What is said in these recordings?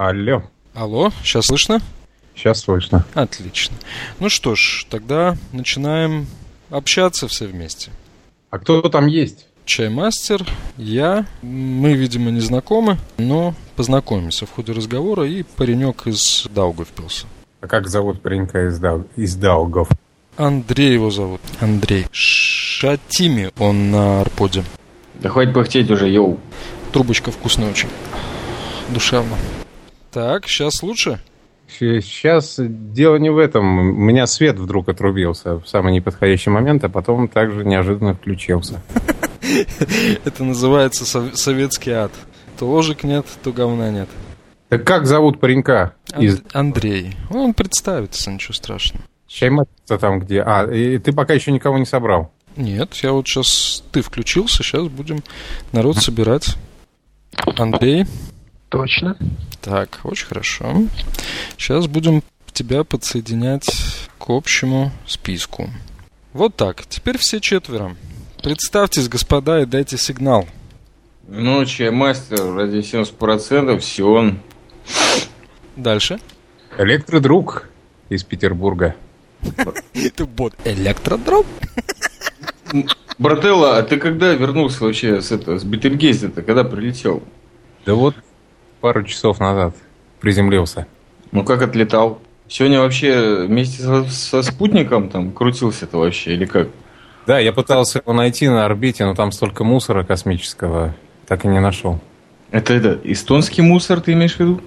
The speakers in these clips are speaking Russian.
Алло. Алло, сейчас слышно? Сейчас слышно. Отлично. Ну что ж, тогда начинаем общаться все вместе. А кто там есть? Чаймастер, я, мы, видимо, не знакомы, но познакомимся в ходе разговора, и паренек из Даугавпилса. А как зовут паренька из Даугав? Андрей его зовут. Андрей. Шатими он на арподе. Да хватит пыхтеть уже, йоу. Трубочка вкусная очень. Душевно. Так, сейчас лучше? Сейчас дело не в этом. У меня свет вдруг отрубился в самый неподходящий момент, а потом также неожиданно включился. Это называется советский ад. То ложек нет, то говна нет. Так как зовут паренька? Андрей. Он представится, ничего страшного. Чаймастер там где? И ты пока еще никого не собрал? Нет, я вот сейчас... Ты включился, сейчас будем народ собирать. Андрей. Точно. Так, очень хорошо. Сейчас будем тебя подсоединять к общему списку. Вот так. Теперь все четверо. Представьтесь, господа, и дайте сигнал. Ну, Чаймастер, ради 70%, Сион. Дальше. Электродруг из Петербурга. Это бот. Электродруг? Брателло, а ты когда вернулся вообще с Бетельгейза-то? Когда прилетел? Да вот пару часов назад приземлился. Ну, как отлетал? Сегодня вообще вместе со спутником там крутился-то вообще, или как? Да, я пытался его найти на орбите, но там столько мусора космического, так и не нашел. Это эстонский мусор, ты имеешь в виду?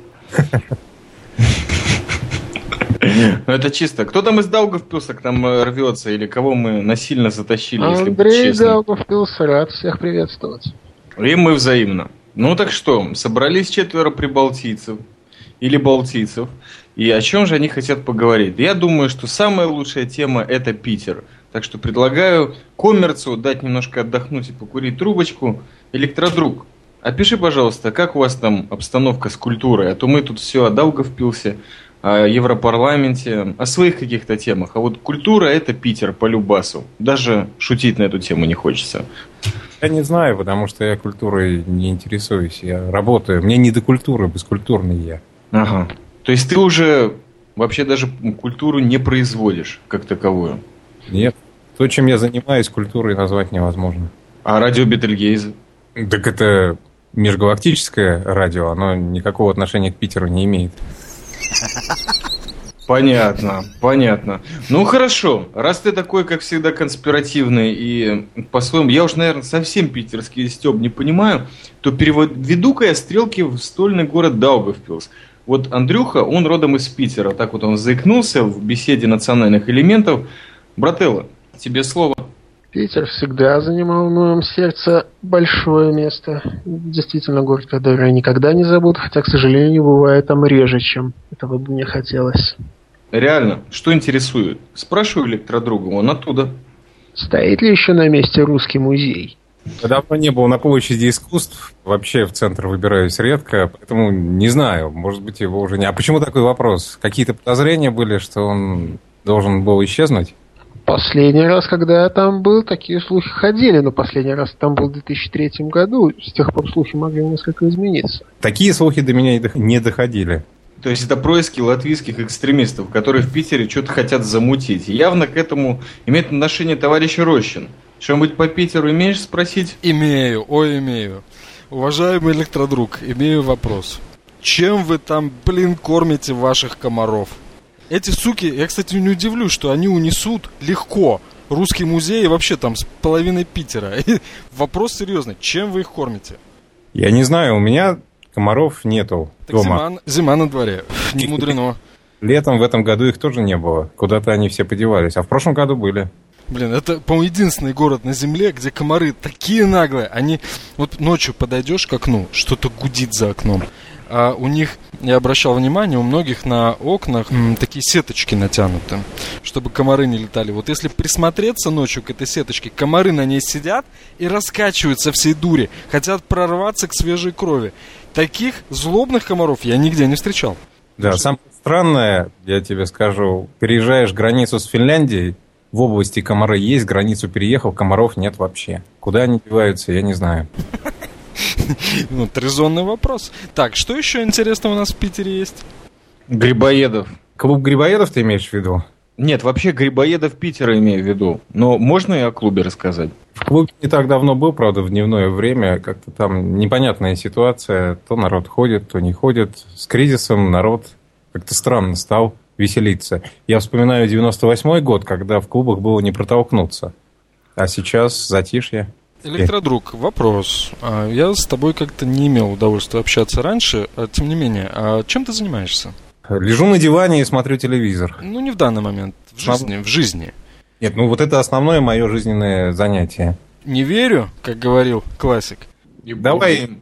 Ну, это чисто. Кто там из Даугавпилса к нам рвется, или кого мы насильно затащили, если быть Андрей честным? Даугавпилс, рад всех приветствовать. И мы взаимно. Ну так что, собрались 4 прибалтийцев или балтийцев, и о чем же они хотят поговорить? Я думаю, что самая лучшая тема – это Питер. Так что предлагаю коммерцу дать немножко отдохнуть и покурить трубочку. Электродруг, опиши, пожалуйста, как у вас там обстановка с культурой, а то мы тут все о Даугавпилсе, о Европарламенте, о своих каких-то темах. А вот культура – это Питер по любасу. Даже шутить на эту тему не хочется. Я не знаю, потому что я культурой не интересуюсь. Я работаю. Мне не до культуры, бескультурный я. Ага. То есть ты уже вообще даже культуру не производишь как таковую? Нет. То, чем я занимаюсь, культурой назвать невозможно. А радио Бетельгейзе? Так это межгалактическое радио. Оно никакого отношения к Питеру не имеет. Понятно, понятно. Ну хорошо, раз ты такой, как всегда, конспиративный и по-своему, я уж, наверное, совсем питерский стёб не понимаю, то переведу-ка я стрелки в стольный город Даугавпилс. Вот Андрюха, он родом из Питера, так вот он заикнулся в беседе национальных элементов. Брателло, тебе слово. Питер всегда занимал в моем сердце большое место. Действительно, город, который я никогда не забуду, хотя, к сожалению, бывает там реже, чем этого бы мне хотелось. Реально, что интересует? Спрашиваю электродруга, он оттуда. Стоит ли еще на месте русский музей? Я давно не был на площади искусств. Вообще в центр выбираюсь редко, поэтому не знаю. Может быть, его уже не... А почему такой вопрос? Какие-то подозрения были, что он должен был исчезнуть? Последний раз, когда я там был, такие слухи ходили, но последний раз там был в 2003 году, с тех пор слухи могли несколько измениться. Такие слухи до меня не доходили. То есть это происки латвийских экстремистов, которые в Питере что-то хотят замутить. И явно к этому имеет отношение товарищ Рощин. Что-нибудь по Питеру имеешь спросить? Имею. Уважаемый электродруг, имею вопрос. Чем вы там, кормите ваших комаров? Эти суки, я, кстати, не удивлюсь, что они унесут легко русский музей и вообще там с половиной Питера. Вопрос серьезный. Чем вы их кормите? Я не знаю, у меня комаров нету так дома. Зима на дворе. Не мудрено. Летом в этом году их тоже не было. Куда-то они все подевались. А в прошлом году были. Это, по-моему, единственный город на земле, где комары такие наглые. Они... Вот ночью подойдешь к окну, что-то гудит за окном. А у них, я обращал внимание, у многих на окнах такие сеточки натянуты, чтобы комары не летали. Вот если присмотреться ночью к этой сеточке, комары на ней сидят и раскачиваются всей дури, хотят прорваться к свежей крови. Таких злобных комаров я нигде не встречал. Да, самое странное, я тебе скажу, переезжаешь границу с Финляндией, в области комары есть, границу переехал, комаров нет вообще. Куда они деваются, я не знаю. Вот, резонный вопрос. Так, что еще интересного у нас в Питере есть? Грибоедов. Клуб грибоедов ты имеешь в виду? Нет, вообще Грибоедов Питера имею в виду. Но можно и о клубе рассказать? В клубе не так давно был, правда, в дневное время. Как-то там непонятная ситуация. То народ ходит, то не ходит. С кризисом народ как-то странно стал веселиться. Я вспоминаю 98-й год, когда в клубах было не протолкнуться. А сейчас затишье. Электродруг, вопрос. Я с тобой как-то не имел удовольствия общаться раньше, тем не менее, чем ты занимаешься? Лежу на диване и смотрю телевизор. Ну, не в данный момент, в жизни. Нет, ну вот это основное мое жизненное занятие. Не верю, как говорил классик. Давай.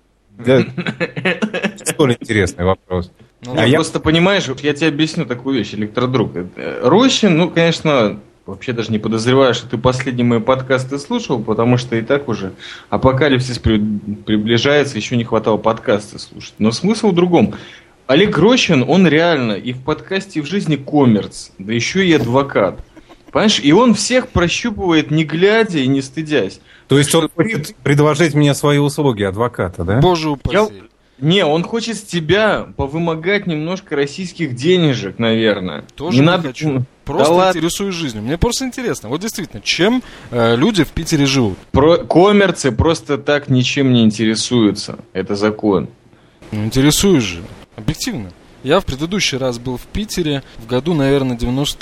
Столь интересный вопрос. Просто понимаешь, я тебе объясню такую вещь, электродруг. Рощин, ну, конечно, вообще даже не подозреваю, что ты последние мои подкасты слушал, потому что и так уже апокалипсис приближается, еще не хватало подкасты слушать. Но смысл в другом. Олег Рощин, он реально и в подкасте, и в жизни коммерц, да еще и адвокат. Понимаешь, и он всех прощупывает, не глядя и не стыдясь. То есть он хочет предложить мне свои услуги адвоката, да? Боже упаси. Не, он хочет с тебя повымогать немножко российских денежек, наверное. Тоже не надо. Хочу. Просто интересуюсь жизнью. Мне просто интересно. Вот действительно, чем люди в Питере живут? Коммерцы просто так ничем не интересуются. Это закон. Ну, интересуюсь же. Объективно. Я в предыдущий раз был в Питере в году, наверное,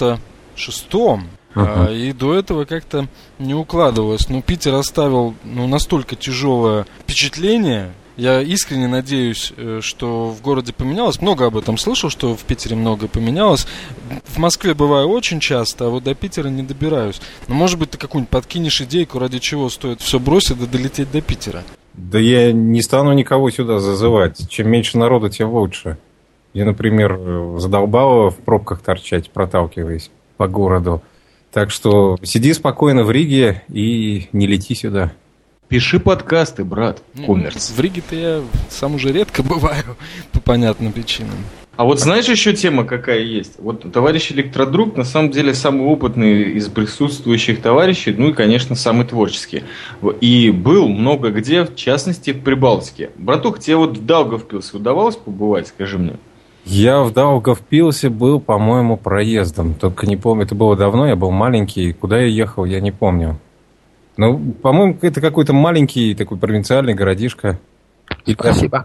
96-м. И до этого как-то не укладывалось. Но Питер оставил настолько тяжелое впечатление. Я искренне надеюсь, что в городе поменялось. Много об этом слышал, что в Питере много поменялось. В Москве бываю очень часто, а вот до Питера не добираюсь. Но, может быть, ты какую-нибудь подкинешь идейку, ради чего стоит все бросить и долететь до Питера? Да я не стану никого сюда зазывать. Чем меньше народа, тем лучше. Я, например, задолбало в пробках торчать, проталкиваясь по городу. Так что сиди спокойно в Риге и не лети сюда. Пиши подкасты, брат, коммерц. В Риге-то я сам уже редко бываю, по понятным причинам. А вот знаешь еще тема какая есть? Вот товарищ Электродруг на самом деле самый опытный из присутствующих товарищей, ну и, конечно, самый творческий. И был много где, в частности, в Прибалтике. Братух, тебе вот в Даугавпилсе удавалось побывать, скажи мне? Я в Даугавпилсе был, по-моему, проездом. Только не помню, это было давно, я был маленький. Куда я ехал, я не помню. Ну, по-моему, это какой-то маленький такой провинциальный городишко. Спасибо.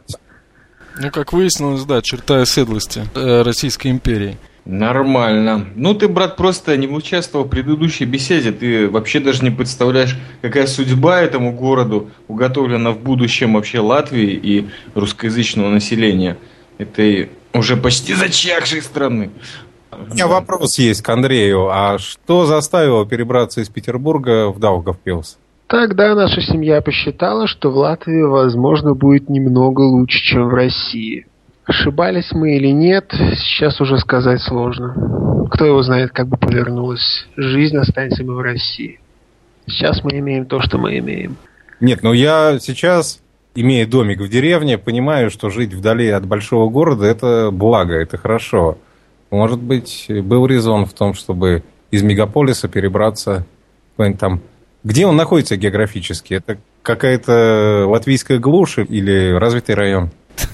Ну, как выяснилось, да, черта оседлости Российской империи. Нормально. Ну, ты, брат, просто не участвовал в предыдущей беседе. Ты вообще даже не представляешь, какая судьба этому городу уготовлена в будущем вообще Латвии и русскоязычного населения этой уже почти зачахшей страны. У меня вопрос есть к Андрею. А что заставило перебраться из Петербурга в Даугавпилс? Тогда наша семья посчитала, что в Латвии, возможно, будет немного лучше, чем в России. Ошибались мы или нет, сейчас уже сказать сложно. Кто его знает, как бы повернулась жизнь, останемся мы в России. Сейчас мы имеем то, что мы имеем. Нет, ну я сейчас, имея домик в деревне, понимаю, что жить вдали от большого города – это благо, это хорошо. Может быть, был резон в том, чтобы из мегаполиса перебраться куда-нибудь там. Где он находится географически? Это какая-то латвийская глушь или развитый район?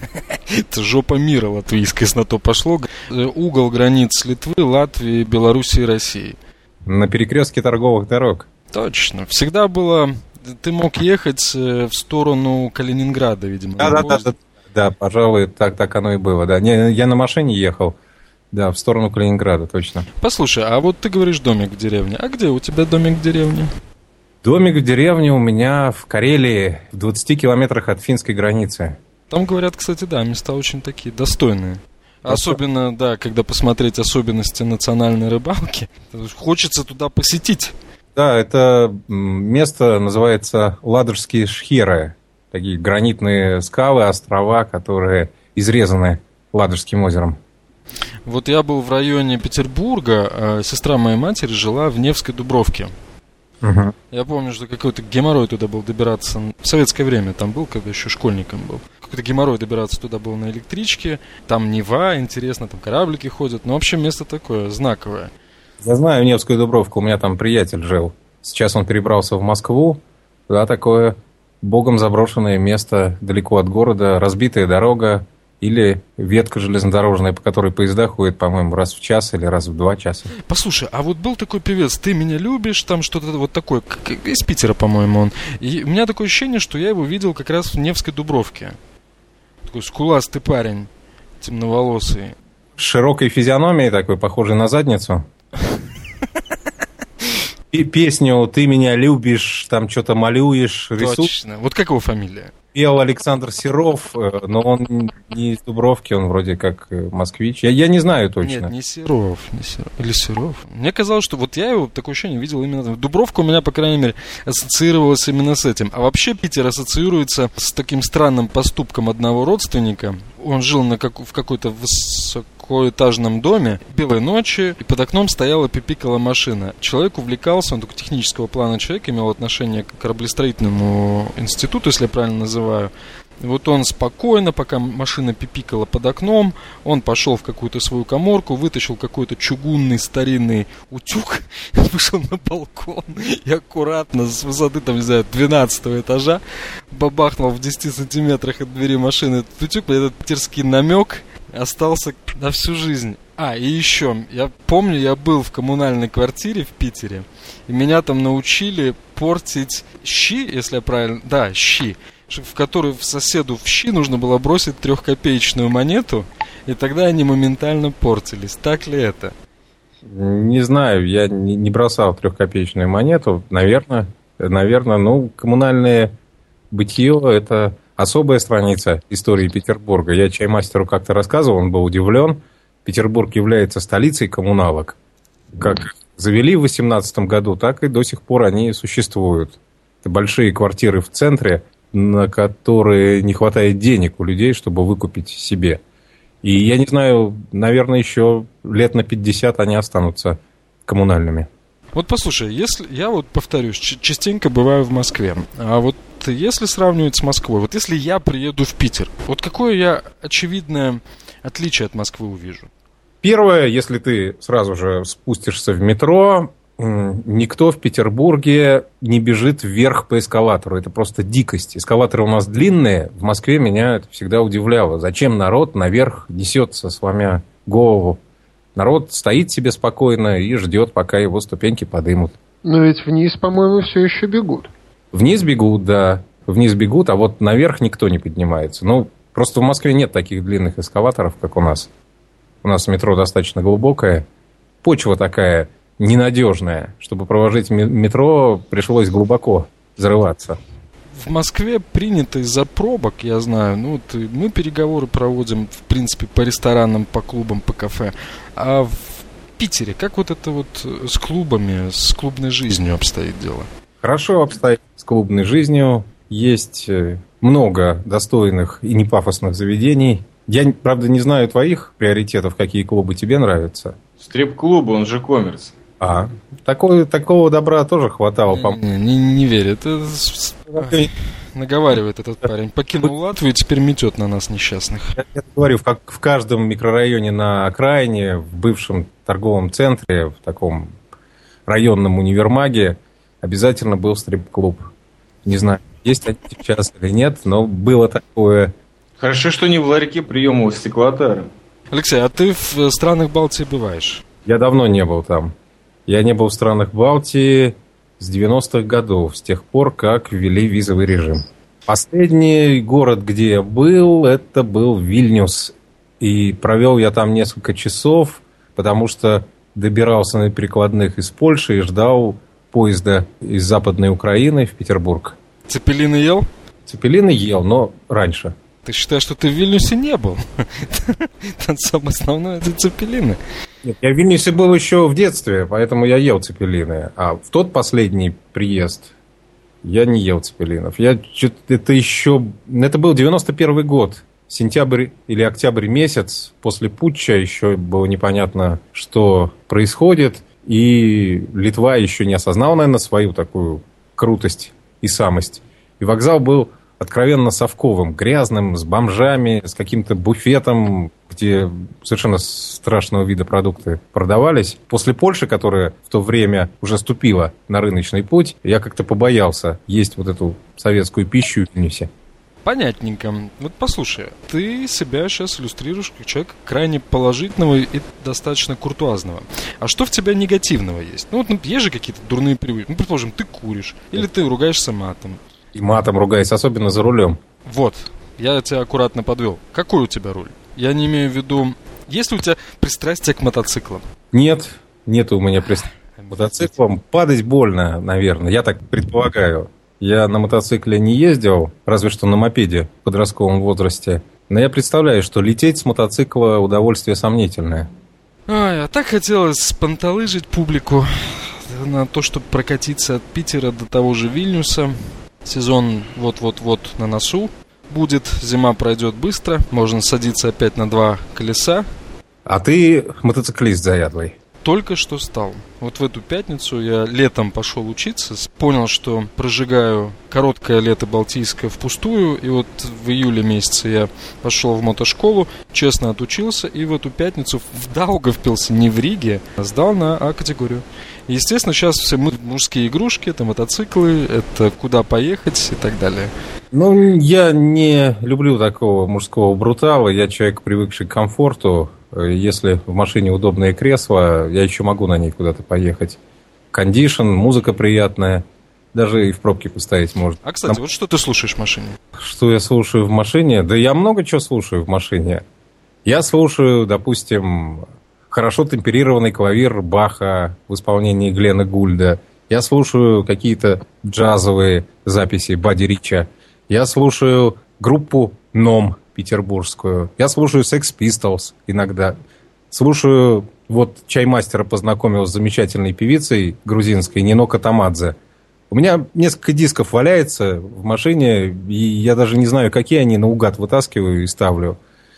Это жопа мира латвийская, если на то пошло. Угол границ Литвы, Латвии, Белоруссии и России. На перекрестке торговых дорог. Точно. Всегда было... Ты мог ехать в сторону Калининграда, видимо. Да, пожалуй, так оно и было. Да. Я на машине ехал. Да, в сторону Калининграда, точно. Послушай, а вот ты говоришь домик в деревне. А где у тебя домик в деревне? Домик в деревне у меня в Карелии, в 20 километрах от финской границы. Там, говорят, кстати, да, места очень такие достойные. Особенно, да, когда посмотреть особенности национальной рыбалки. Хочется туда посетить. Да, это место называется Ладожские шхеры. Такие гранитные скалы, острова, которые изрезаны Ладожским озером. Вот я был в районе Петербурга, а сестра моей матери жила в Невской Дубровке. Угу. Я помню, что какой-то геморрой туда был добираться. В советское время там был, когда еще школьником был. Какой-то геморрой добираться туда был на электричке. Там Нева, интересно, там кораблики ходят. Но вообще место такое, знаковое. Я знаю Невскую Дубровку, у меня там приятель жил. Сейчас он перебрался в Москву. Туда такое богом заброшенное место далеко от города, разбитая дорога или ветка железнодорожная, по которой поезда ходят, по-моему, раз в час или раз в 2 часа. Послушай, а вот был такой певец «Ты меня любишь», там что-то вот такое, из Питера, по-моему, он. И у меня такое ощущение, что я его видел как раз в Невской Дубровке. Такой скуластый парень, темноволосый. С широкой физиономией такой, похожей на задницу. И песню «Ты меня любишь», там что-то малюешь, рисуешь. Точно. Вот как его фамилия? Пел Александр Серов, но он не из Дубровки, он вроде как москвич. Я не знаю точно. Нет, не Серов. Или Серов. Мне казалось, что вот я его, такое ощущение, видел именно... Дубровка у меня, по крайней мере, ассоциировалась именно с этим. А вообще Питер ассоциируется с таким странным поступком одного родственника. Он жил в какой-то высокоэтажном доме. Белой ночи, и под окном стояла пипикала машина. Человек увлекался, он такой технического плана человек, имел отношение к кораблестроительному институту, если я правильно называю. И вот он спокойно, пока машина пипикала под окном, он пошел в какую-то свою каморку, вытащил какой-то чугунный старинный утюг, вышел на балкон и аккуратно с высоты, там, не знаю, 12 этажа бабахнул в 10 сантиметрах от двери машины этот утюг. Этот питерский намек остался на всю жизнь. И еще, я помню, я был в коммунальной квартире в Питере, и меня там научили портить щи, если я правильно... Да, щи. В которой соседу в щи нужно было бросить 3-копеечную монету, и тогда они моментально портились. Так ли это? Не знаю, я не бросал 3-копеечную монету. Наверное, коммунальное бытие – это особая страница истории Петербурга. Я чаймастеру как-то рассказывал, он был удивлен. Петербург является столицей коммуналок. Как завели в 18 году, так и до сих пор они существуют. Это большие квартиры в центре, на которые не хватает денег у людей, чтобы выкупить себе. И я не знаю, наверное, еще лет на 50 они останутся коммунальными. Вот послушай, если я вот повторюсь, частенько бываю в Москве, а вот если сравнивать с Москвой, вот если я приеду в Питер, вот какое я очевидное отличие от Москвы увижу? Первое, если ты сразу же спустишься в метро, никто в Петербурге не бежит вверх по эскалатору. Это просто дикость. Эскалаторы у нас длинные. В Москве меня это всегда удивляло. Зачем народ наверх несется, сломя голову? Народ стоит себе спокойно и ждет, пока его ступеньки подымут. Но ведь вниз, по-моему, все еще бегут. Вниз бегут, да. Вниз бегут, а вот наверх никто не поднимается. Просто в Москве нет таких длинных эскалаторов, как у нас. У нас метро достаточно глубокое. Почва такая ненадежная. Чтобы проложить метро, пришлось глубоко зарываться. В Москве принято из-за пробок, я знаю. Мы переговоры проводим, в принципе, по ресторанам, по клубам, по кафе. А в Питере как вот это вот с клубами, с клубной жизнью обстоит дело? Хорошо обстоит с клубной жизнью. Есть много достойных и непафосных заведений. Я, правда, не знаю твоих приоритетов, какие клубы тебе нравятся. Стрип-клубы, он же коммерс. Такого добра тоже хватало. Не верю. Это наговаривает этот парень. Покинул Латвию и теперь метет на нас несчастных. Я говорю, в каждом микрорайоне на окраине, в бывшем торговом центре, в таком районном универмаге обязательно был стрип-клуб. Не знаю, есть они сейчас или нет, но было такое. Хорошо, что не в ларьке приема стеклотары. Алексей, а ты в странах Балтии бываешь? Я давно не был там. Я не был в странах Балтии с 90-х годов, с тех пор, как ввели визовый режим. Последний город, где я был, это был Вильнюс. И провел я там несколько часов, потому что добирался на перекладных из Польши и ждал поезда из Западной Украины в Петербург. Цепелины ел? Цепелины ел, но раньше. Ты считаешь, что ты в Вильнюсе не был? Там самое основное – это цепелины. Нет, я в Вильнюсе был еще в детстве, поэтому я ел цепелины. А в тот последний приезд я не ел цепелинов. Это был 91 год. Сентябрь или октябрь месяц после путча, еще было непонятно, что происходит. И Литва еще не осознала, наверное, свою такую крутость и самость. И вокзал был откровенно совковым, грязным, с бомжами, с каким-то буфетом, где совершенно страшного вида продукты продавались. После Польши, которая в то время уже ступила на рыночный путь, я как-то побоялся есть вот эту советскую пищу в Вильнюсе. Понятненько. Вот послушай, ты себя сейчас иллюстрируешь как человек крайне положительного и достаточно куртуазного. А что в тебя негативного есть? Ну, вот есть же какие-то дурные привычки. Ну, предположим, ты куришь, или ты ругаешься матом. И матом ругаясь, особенно за рулем. Вот, я тебя аккуратно подвел. Какой у тебя руль? Я не имею в виду... Есть ли у тебя пристрастие к мотоциклам? Нет у меня пристрастия к мотоциклам. Падать больно, наверное, я так предполагаю. Я на мотоцикле не ездил, разве что на мопеде в подростковом возрасте. Но я представляю, что лететь с мотоцикла удовольствие сомнительное. Ой, а так хотелось спанталыжить публику на то, чтобы прокатиться от Питера до того же Вильнюса. Сезон вот-вот-вот на носу будет, зима пройдет быстро, можно садиться опять на 2 колеса. А ты мотоциклист заядлый? Только что стал. Вот в эту пятницу я летом пошел учиться, понял, что прожигаю короткое лето балтийское впустую, и вот в июле месяце я пошел в мотошколу, честно отучился, и в эту пятницу в Даугавпилсе, не в Риге, сдал на А-категорию. Естественно, сейчас все мужские игрушки, это мотоциклы, это куда поехать и так далее. Ну, я не люблю такого мужского брутала, я человек, привыкший к комфорту. Если в машине удобное кресло, я еще могу на ней куда-то поехать. Кондишн, музыка приятная, даже и в пробке поставить можно. А, кстати, вот что ты слушаешь в машине? Что я слушаю в машине? Да я много чего слушаю в машине. Я слушаю, допустим, хорошо темперированный клавир Баха в исполнении Глена Гульда. Я слушаю какие-то джазовые записи Бадди Рича. Я слушаю группу «Ном» петербургскую. Я слушаю Sex Pistols иногда. Слушаю, вот Чаймастера познакомил с замечательной певицей грузинской Нино Катамадзе. У меня несколько дисков валяется в машине, и я даже не знаю, какие они, наугад вытаскиваю и ставлю.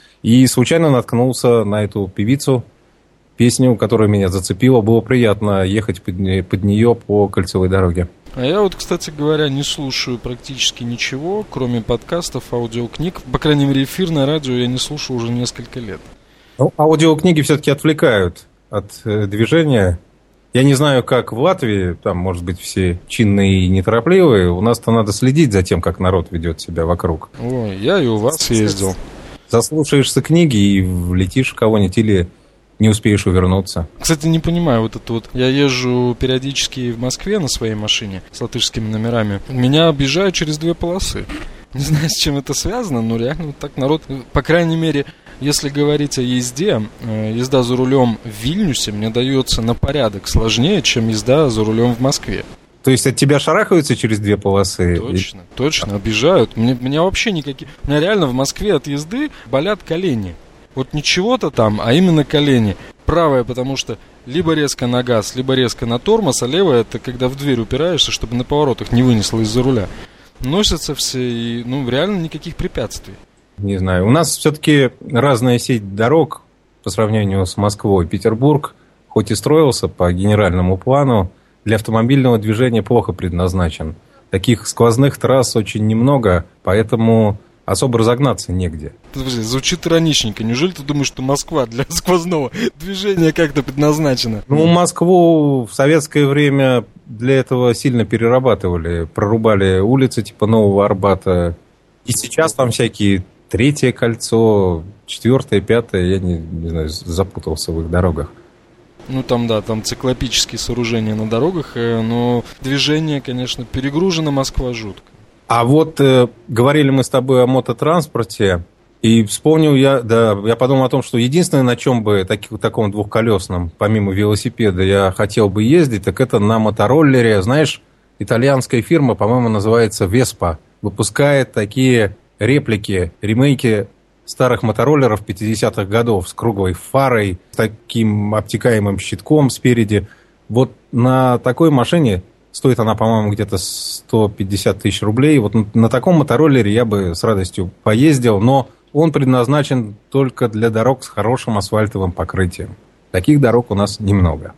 И случайно наткнулся на эту певицу, песню, которая меня зацепила. Было приятно ехать под нее по кольцевой дороге. А я вот, кстати говоря, не слушаю практически ничего, кроме подкастов, аудиокниг. По крайней мере, эфирное радио я не слушаю уже несколько лет. Ну, аудиокниги все-таки отвлекают от движения. Я не знаю, как в Латвии, там, может быть, все чинные и неторопливые. У нас-то надо следить за тем, как народ ведет себя вокруг. Ой, я и у вас ездил. Заслушаешься книги и влетишь в кого-нибудь или не успеешь увернуться. Кстати, не понимаю вот это вот. Я езжу периодически в Москве на своей машине с латышскими номерами. Меня объезжают через 2 полосы. Не знаю, с чем это связано, но реально вот так народ... По крайней мере, если говорить о езде, езда за рулем в Вильнюсе мне дается на порядок сложнее, чем езда за рулем в Москве. То есть от тебя шарахаются через 2 полосы? Точно, обижают. Меня вообще никакие... У меня реально в Москве от езды болят колени. Вот не чего-то там, а именно колени. Правая, потому что либо резко на газ, либо резко на тормоз, а левая — это когда в дверь упираешься, чтобы на поворотах не вынесло из-за руля. Носятся все, и реально никаких препятствий. Не знаю. У нас все-таки разная сеть дорог по сравнению с Москвой. Петербург, хоть и строился по генеральному плану, для автомобильного движения плохо предназначен. Таких сквозных трасс очень немного, поэтому особо разогнаться негде. Подожди, звучит ироничненько. Неужели ты думаешь, что Москва для сквозного движения как-то предназначена? Ну, Москву в советское время для этого сильно перерабатывали. Прорубали улицы типа Нового Арбата. И сейчас там всякие 3-е кольцо, 4-е, 5-е. Я не знаю, запутался в их дорогах. Ну, там, да, там циклопические сооружения на дорогах, но движение, конечно, перегружено, Москва жутко. А вот говорили мы с тобой о мототранспорте, и вспомнил я подумал о том, что единственное, на чем бы таком двухколесном, помимо велосипеда, я хотел бы ездить, так это на мотороллере. Знаешь, итальянская фирма, по-моему, называется Vespa, выпускает такие реплики, ремейки старых мотороллеров 50-х годов с круглой фарой, с таким обтекаемым щитком спереди. Вот на такой машине... Стоит она, по-моему, где-то 150 тысяч рублей. Вот на таком мотороллере я бы с радостью поездил, но он предназначен только для дорог с хорошим асфальтовым покрытием. Таких дорог у нас немного.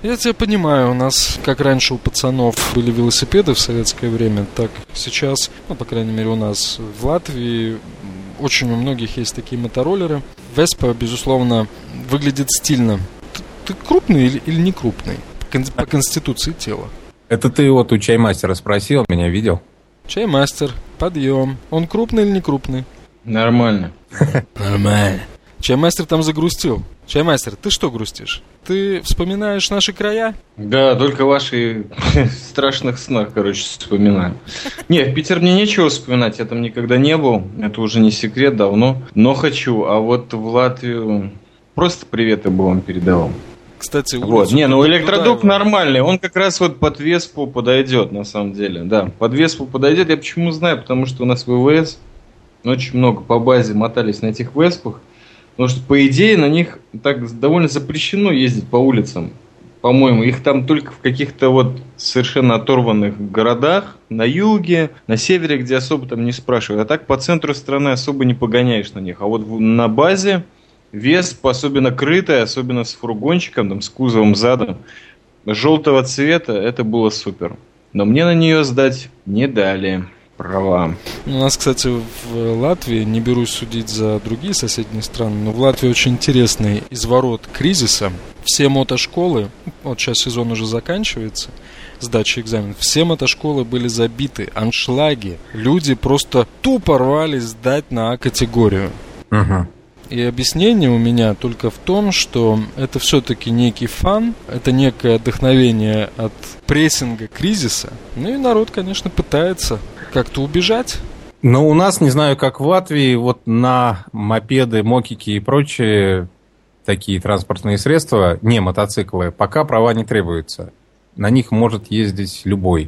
Я тебя понимаю, у нас, как раньше у пацанов были велосипеды в советское время, так сейчас, ну, по крайней мере, у нас в Латвии очень у многих есть такие мотороллеры. Веспа, безусловно, выглядит стильно. Ты крупный или не крупный? По конституции тела. Это ты вот у чаймастера спросил, меня видел? Чаймастер, подъем. Он крупный или не крупный? Нормально. Нормально. Чаймастер там загрустил. Чаймастер, ты что грустишь? Ты вспоминаешь наши края? Да, только ваши страшных снах, короче, вспоминаю. Не, в Питер мне нечего вспоминать, я там никогда не был. Это уже не секрет, давно. Но хочу, а вот в Латвию просто приветы бы вам передавал. Кстати, вот. Не, ну электродок нормальный, он как раз вот под Веспу подойдет, на самом деле. Да, под Веспу подойдет, я почему знаю, потому что у нас ВВС очень много по базе мотались на этих Веспах. Потому что, по идее, на них так довольно запрещено ездить по улицам. По-моему, их там только в каких-то вот совершенно оторванных городах, на юге, на севере, где особо там не спрашивают. А так по центру страны особо не погоняешь на них. А вот на базе Веспа, особенно крытая, особенно с фургончиком, там, с кузовом задом, желтого цвета, это было супер. Но мне на нее сдать не дали права. У нас, кстати, в Латвии, не берусь судить за другие соседние страны, но в Латвии очень интересный изворот кризиса. Все мотошколы, вот сейчас сезон уже заканчивается, сдача экзаменов, все мотошколы были забиты, аншлаги. Люди просто тупо рвались сдать на А-категорию. Угу. И объяснение у меня только в том, что это все-таки некий фан, это некое вдохновение от прессинга кризиса. Ну и народ, конечно, пытается как-то убежать. Но у нас, не знаю, как в Латвии, вот на мопеды, мокики и прочие такие транспортные средства, не мотоциклы, пока права не требуются. На них может ездить любой.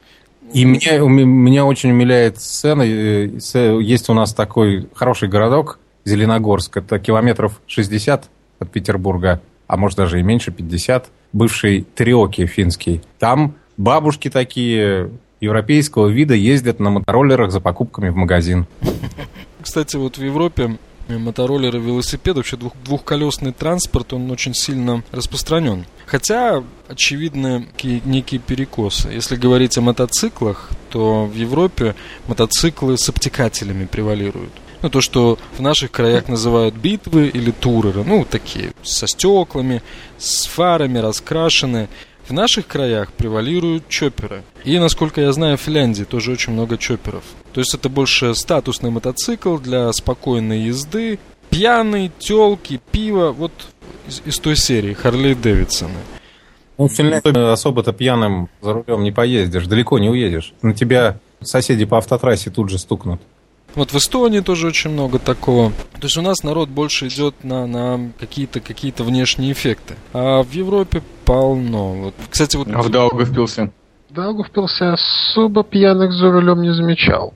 И меня очень умиляет сцена. Есть у нас такой хороший городок, Зеленогорск, это километров 60 от Петербурга, а может даже и меньше, 50, бывший Триоки финский. Там бабушки такие европейского вида ездят на мотороллерах за покупками в магазин. Кстати, вот в Европе мотороллеры, велосипеды, вообще двухколесный транспорт, он очень сильно распространен. Хотя, очевидны некие перекосы. Если говорить о мотоциклах, то в Европе мотоциклы с обтекателями превалируют. Ну, то, что в наших краях называют битвы или туреры, ну, такие, со стеклами, с фарами, раскрашенные. В наших краях превалируют чопперы. И, насколько я знаю, в Финляндии тоже очень много чопперов. То есть это больше статусный мотоцикл для спокойной езды. Пьяный, тёлки, пиво, вот из той серии, Харлей Дэвидсоны. Ну, в Финляндии особо-то пьяным за рулем не поездишь, далеко не уедешь. На тебя соседи по автотрассе тут же стукнут. Вот в Эстонии тоже очень много такого. То есть у нас народ больше идет на какие-то внешние эффекты. А в Европе полно. Вот, кстати, вот... А в Даугавпилсе? В Даугавпилсе особо пьяных за рулем не замечал.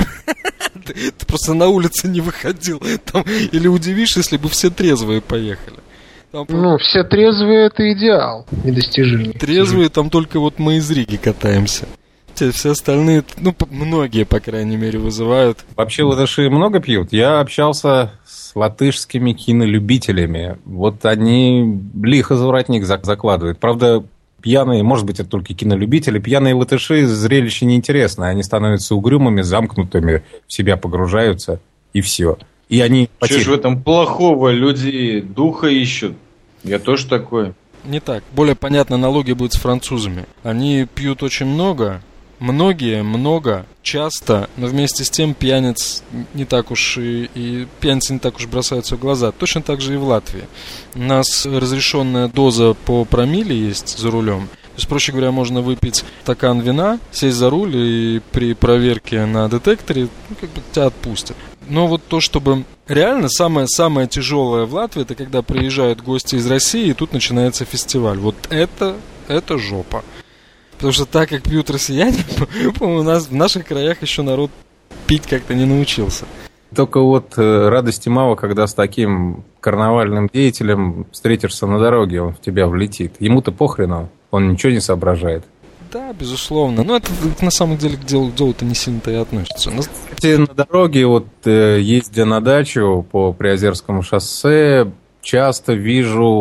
Ты просто на улице не выходил. Или удивишь, если бы все трезвые поехали. Ну, все трезвые — это идеал недостижимый. Трезвые там только вот мы из Риги катаемся. Все остальные, ну, многие, по крайней мере, вызывают. Вообще латыши много пьют? Я общался с латышскими кинолюбителями. Вот они лихо за воротник закладывают. Правда, пьяные, может быть, это только кинолюбители, пьяные латыши зрелище неинтересное. Они становятся угрюмыми, замкнутыми, в себя погружаются, и все. И они... Что ж в этом плохого? Люди духа ищут. Я тоже такой. Не так. Более понятно, аналогия будет с французами. Они пьют очень много... Многие, много, часто, но вместе с тем пьяниц не так уж и пьяницы не так уж бросаются в глаза. Точно так же и в Латвии. У нас разрешенная доза по промилле есть за рулем. То есть, проще говоря, можно выпить стакан вина, сесть за руль и при проверке на детекторе, ну, как бы тебя отпустят. Но вот то, чтобы реально самое тяжелое в Латвии, это когда приезжают гости из России, и тут начинается фестиваль. Вот это жопа. Потому что так, как пьют россияне, по-моему, у нас в наших краях еще народ пить как-то не научился. Только вот радости мало, когда с таким карнавальным деятелем встретишься на дороге, он в тебя влетит. Ему-то похрену, он ничего не соображает. Да, безусловно. Но это на самом деле к делу-то не сильно-то и относится. Кстати, на дороге, вот ездя на дачу по Приозерскому шоссе, часто вижу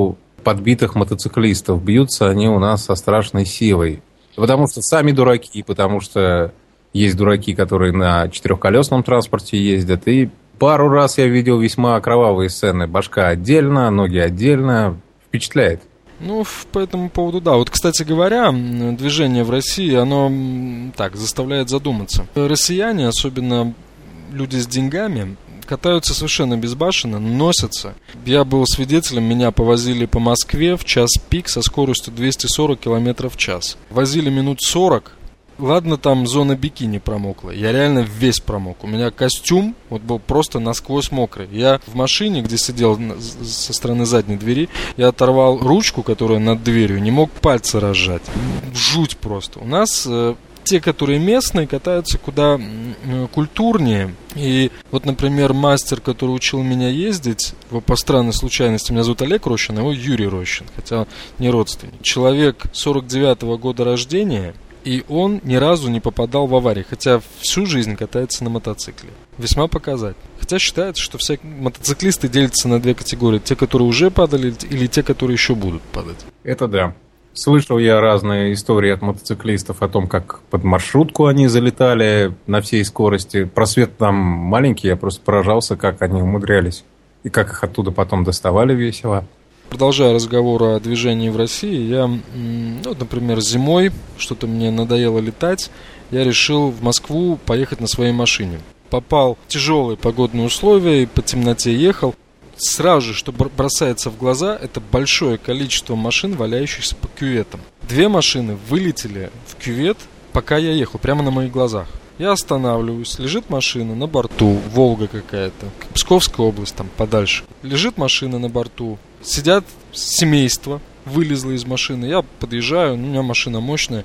подбитых мотоциклистов. Бьются они у нас со страшной силой. Потому что сами дураки, потому что есть дураки, которые на четырехколесном транспорте ездят. И пару раз я видел весьма кровавые сцены. Башка отдельно, ноги отдельно. Впечатляет. Ну, по этому поводу, да. Вот, кстати говоря, движение в России, оно так заставляет задуматься. Россияне, особенно люди с деньгами, катаются совершенно безбашенно, носятся. Я был свидетелем, меня повозили по Москве в час пик со скоростью 240 км в час. Возили минут 40. Ладно, там зона бикини промокла. Я реально весь промок. У меня костюм вот был просто насквозь мокрый. Я в машине, где сидел со стороны задней двери, я оторвал ручку, которая над дверью, не мог пальцы разжать. Жуть просто. У нас те, которые местные, катаются куда культурнее. И вот, например, мастер, который учил меня ездить, по странной случайности, меня зовут Олег Рощин, а его Юрий Рощин, хотя не родственник. Человек 49-го года рождения, и он ни разу не попадал в аварии, хотя всю жизнь катается на мотоцикле. Весьма показательно. Хотя считается, что все мотоциклисты делятся на две категории. Те, которые уже падали, или те, которые еще будут падать. Это да. Слышал я разные истории от мотоциклистов о том, как под маршрутку они залетали на всей скорости. Просвет там маленький, я просто поражался, как они умудрялись. И как их оттуда потом доставали весело. Продолжая разговор о движении в России, я, например, зимой, что-то мне надоело летать, я решил в Москву поехать на своей машине. Попал в тяжелые погодные условия и по темноте ехал. Сразу же, что бросается в глаза, это большое количество машин, валяющихся по кюветам. 2 машины вылетели в кювет, пока я ехал, прямо на моих глазах. Я останавливаюсь, лежит машина на борту, Волга какая-то, Псковская область, там подальше. Лежит машина на борту, сидят семейство, вылезло из машины, я подъезжаю, у меня машина мощная,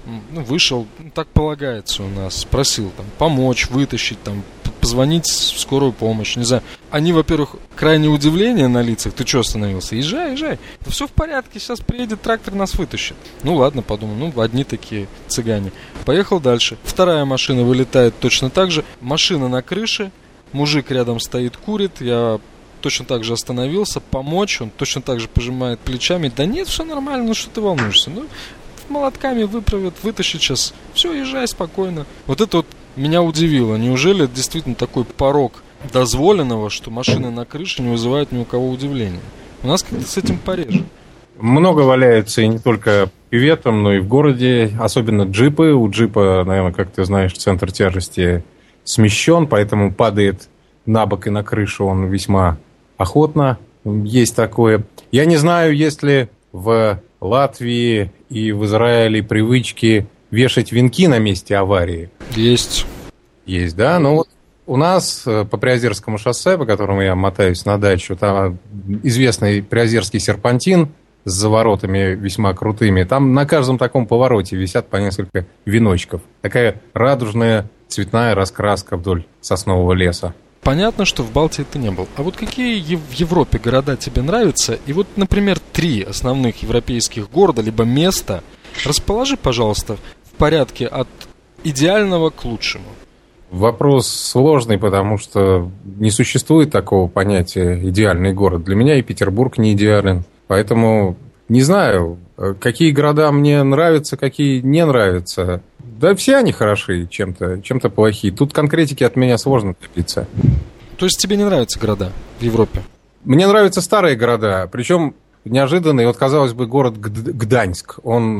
вышел, так полагается у нас, спросил там помочь, вытащить, там, позвонить в скорую помощь, не знаю. Они, во-первых, крайнее удивление на лицах, ты что остановился? Езжай. Да все в порядке, сейчас приедет трактор, нас вытащит. Ну ладно, подумал, одни такие цыгане. Поехал дальше. Вторая машина вылетает точно так же, машина на крыше, мужик рядом стоит, курит, я точно так же остановился, помочь, он точно так же пожимает плечами, да нет, все нормально, ну что ты волнуешься, молотками выправят, вытащит сейчас, все, езжай спокойно. Вот это вот меня удивило, неужели это действительно такой порог дозволенного, что машины на крыше не вызывают ни у кого удивления? У нас как-то с этим пореже. Много валяется и не только кюветом, но и в городе, особенно джипы. У джипа, наверное, как ты знаешь, центр тяжести смещен, поэтому падает на бок и на крышу он весьма охотно. Есть такое. Я не знаю, есть ли в Латвии и в Израиле привычки вешать венки на месте аварии. Есть. Есть, да? Но вот у нас по Приозерскому шоссе, по которому я мотаюсь на дачу, там известный Приозерский серпантин с заворотами весьма крутыми. Там на каждом таком повороте висят по несколько веночков. Такая радужная цветная раскраска вдоль соснового леса. Понятно, что в Балтии ты не был. А вот какие в Европе города тебе нравятся? И вот, например, 3 основных европейских города, либо места, расположи, пожалуйста, в порядке от идеального к лучшему. Вопрос сложный, потому что не существует такого понятия «идеальный город». Для меня и Петербург не идеален. Поэтому не знаю, какие города мне нравятся, какие не нравятся. Да все они хороши, чем-то плохие. Тут конкретики от меня сложно добиться. То есть тебе не нравятся города в Европе? Мне нравятся старые города, причем неожиданный. Вот, казалось бы, город Гданьск. Он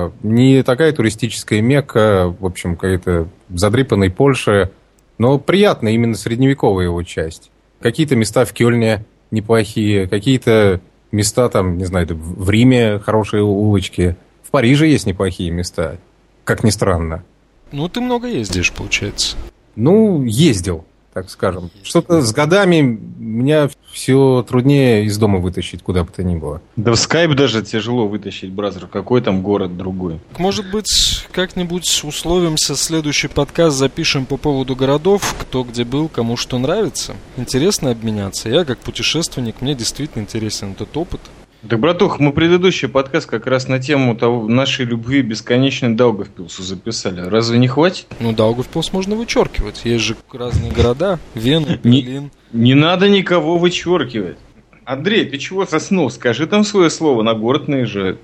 не такая туристическая мекка, в общем, какая-то задрипанная Польша, но приятная именно средневековая его часть. Какие-то места в Кёльне неплохие, какие-то места там, не знаю, в Риме хорошие улочки. В Париже есть неплохие места, как ни странно. Ну, ты много ездишь, получается. Ну, ездил, так скажем. Что-то с годами меня все труднее из дома вытащить, куда бы то ни было. Да в скайп даже тяжело вытащить, бразер. Какой там город другой? Может быть, как-нибудь условимся, следующий подкаст запишем по поводу городов, кто где был, кому что нравится. Интересно обменяться. Я, как путешественник, мне действительно интересен этот опыт. Так, братух, мы предыдущий подкаст как раз на тему нашей любви бесконечной Даугавпилсу записали. Разве не хватит? Ну, Даугавпилс можно вычеркивать. Есть же разные города. Вена, Берлин. Не надо никого вычеркивать. Андрей, ты чего заснул? Скажи там свое слово, на город наезжают.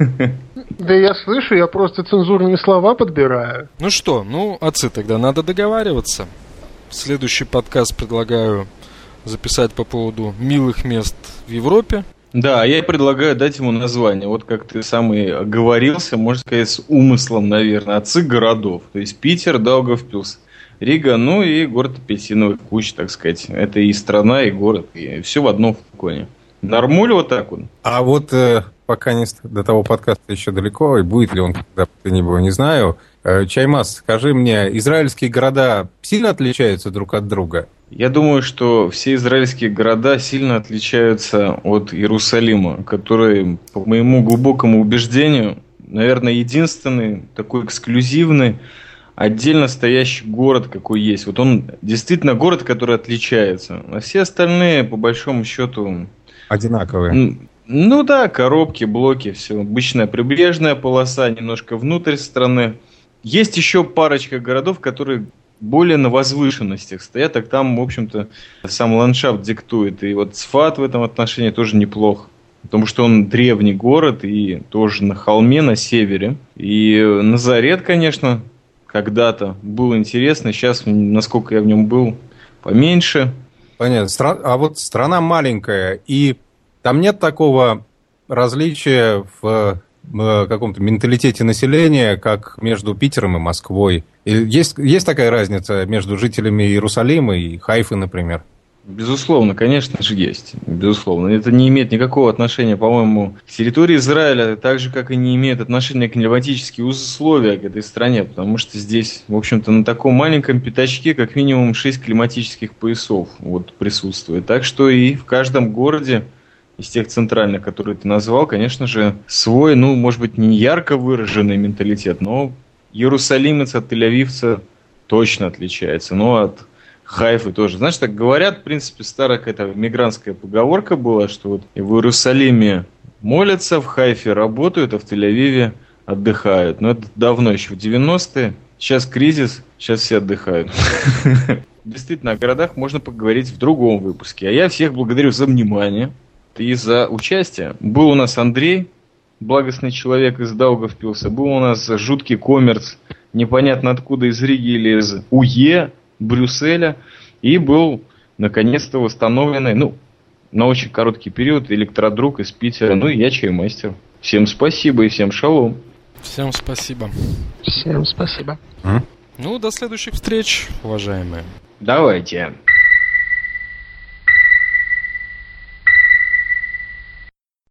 Да я слышу, я просто цензурные слова подбираю. Ну что, отцы, тогда надо договариваться. Следующий подкаст предлагаю записать по поводу милых мест в Европе. Да, я предлагаю дать ему название. Вот как ты сам и оговорился, можно сказать, с умыслом, наверное. Отцы городов. То есть Питер, Даугавпилс, Рига, ну и город апельсиновых куч, так сказать. Это и страна, и город, и все в одном флаконе. Нормуль вот так вот. А вот пока до того подкаста еще далеко, и будет ли он когда-нибудь, не знаю. Чаймас, скажи мне, израильские города сильно отличаются друг от друга? Я думаю, что все израильские города сильно отличаются от Иерусалима, который, по моему глубокому убеждению, наверное, единственный такой эксклюзивный, отдельно стоящий город, какой есть. Вот он действительно город, который отличается. А все остальные, по большому счету... Одинаковые. Ну да, коробки, блоки, все. Обычная прибрежная полоса, немножко внутрь страны. Есть еще парочка городов, которые более на возвышенностях стоят, так там, в общем-то, сам ландшафт диктует. И вот Цфат в этом отношении тоже неплох. Потому что он древний город и тоже на холме, на севере. И Назарет, конечно, когда-то был интересный. Сейчас, насколько я в нем был, поменьше. Понятно. А вот страна маленькая, и там нет такого различия в каком-то менталитете населения, как между Питером и Москвой. Есть такая разница между жителями Иерусалима и Хайфы, например? Безусловно, конечно же, есть. Безусловно. Это не имеет никакого отношения, по-моему, к территории Израиля, так же, как и не имеет отношения к климатическим условиям к этой стране, потому что здесь, в общем-то, на таком маленьком пятачке как минимум 6 климатических поясов вот присутствует. Так что и в каждом городе из тех центральных, которые ты назвал, конечно же, свой, может быть, не ярко выраженный менталитет, но иерусалимец от тель-авивца точно отличается. Но от Хайфы тоже. Знаешь, так говорят, в принципе, старая какая-то мигрантская поговорка была, что вот в Иерусалиме молятся, в Хайфе работают, а в Тель-Авиве отдыхают. Но это давно, еще в 90-е. Сейчас кризис, сейчас все отдыхают. Действительно, о городах можно поговорить в другом выпуске. А я всех благодарю за внимание и за участие. Был у нас Андрей, благостный человек из Даугавпилса. Был у нас жуткий коммерц, непонятно откуда, из Риги или из УЕ, Брюсселя. И был, наконец-то, восстановленный, на очень короткий период, электродруг из Питера. И я чаймастер. Всем спасибо и всем шалом. Всем спасибо. Всем спасибо. До следующих встреч, уважаемые. Давайте.